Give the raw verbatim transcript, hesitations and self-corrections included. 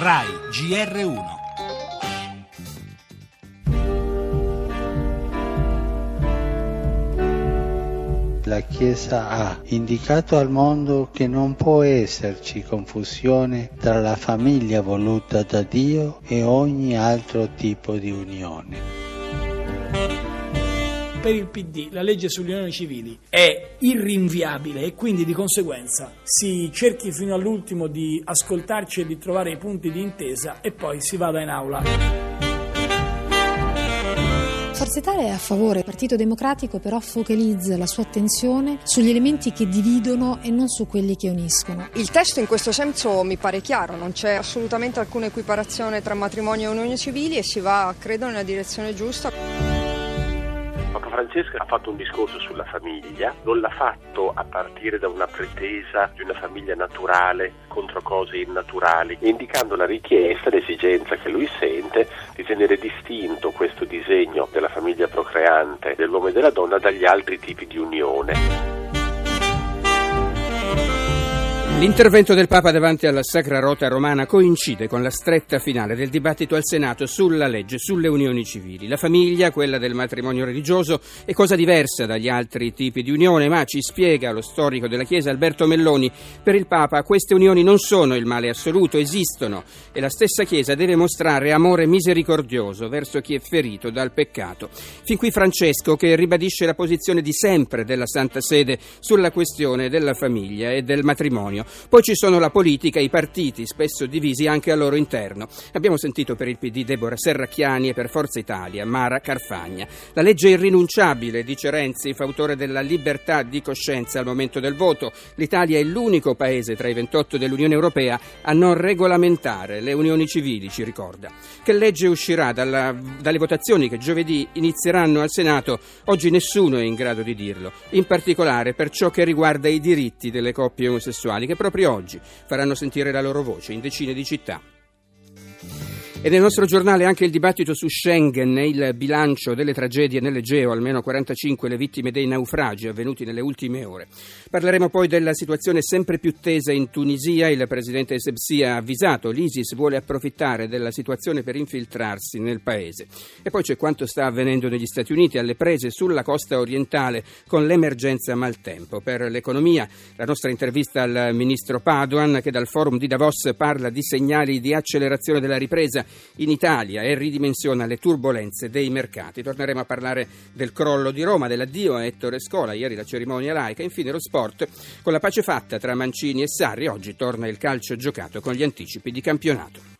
Rai G R uno. La Chiesa ha indicato al mondo che non può esserci confusione tra la famiglia voluta da Dio e ogni altro tipo di unione. Per il P D la legge sulle unioni civili è irrinviabile e quindi di conseguenza si cerchi fino all'ultimo di ascoltarci e di trovare i punti di intesa e poi si vada in aula. Forza Italia è a favore, il Partito Democratico però focalizza la sua attenzione sugli elementi che dividono e non su quelli che uniscono. Il testo in questo senso mi pare chiaro, non c'è assolutamente alcuna equiparazione tra matrimonio e unioni civili e si va, credo, nella direzione giusta. Papa Francesco ha fatto un discorso sulla famiglia, non l'ha fatto a partire da una pretesa di una famiglia naturale contro cose innaturali, indicando la richiesta, l'esigenza che lui sente di tenere distinto questo disegno della famiglia procreante dell'uomo e della donna dagli altri tipi di unione. L'intervento del Papa davanti alla Sacra Rota Romana coincide con la stretta finale del dibattito al Senato sulla legge sulle unioni civili. La famiglia, quella del matrimonio religioso, è cosa diversa dagli altri tipi di unione, ma ci spiega lo storico della Chiesa Alberto Melloni, per il Papa queste unioni non sono il male assoluto, esistono e la stessa Chiesa deve mostrare amore misericordioso verso chi è ferito dal peccato. Fin qui Francesco, che ribadisce la posizione di sempre della Santa Sede sulla questione della famiglia e del matrimonio. Poi ci sono la politica e i partiti, spesso divisi anche al loro interno. Abbiamo sentito per il P D Deborah Serracchiani e per Forza Italia Mara Carfagna. La legge è irrinunciabile, dice Renzi, fautore della libertà di coscienza al momento del voto. L'Italia è l'unico paese tra i ventotto dell'Unione Europea a non regolamentare le unioni civili, ci ricorda. Che legge uscirà dalla, dalle votazioni che giovedì inizieranno al Senato? Oggi nessuno è in grado di dirlo, in particolare per ciò che riguarda i diritti delle coppie omosessuali, che proprio oggi faranno sentire la loro voce in decine di città. E nel nostro giornale anche il dibattito su Schengen e il bilancio delle tragedie nell'Egeo, almeno quarantacinque le vittime dei naufragi avvenuti nelle ultime ore. Parleremo poi della situazione sempre più tesa in Tunisia. Il presidente Essebsi ha avvisato l'ISIS vuole approfittare della situazione per infiltrarsi nel paese. E poi c'è quanto sta avvenendo negli Stati Uniti alle prese sulla costa orientale con l'emergenza maltempo. Per l'economia la nostra intervista al ministro Padoan, che dal forum di Davos parla di segnali di accelerazione della ripresa in Italia e ridimensiona le turbolenze dei mercati. Torneremo a parlare del crollo di Roma, dell'addio a Ettore Scola, ieri la cerimonia laica, infine lo sport con la pace fatta tra Mancini e Sarri. Oggi torna il calcio giocato con gli anticipi di campionato.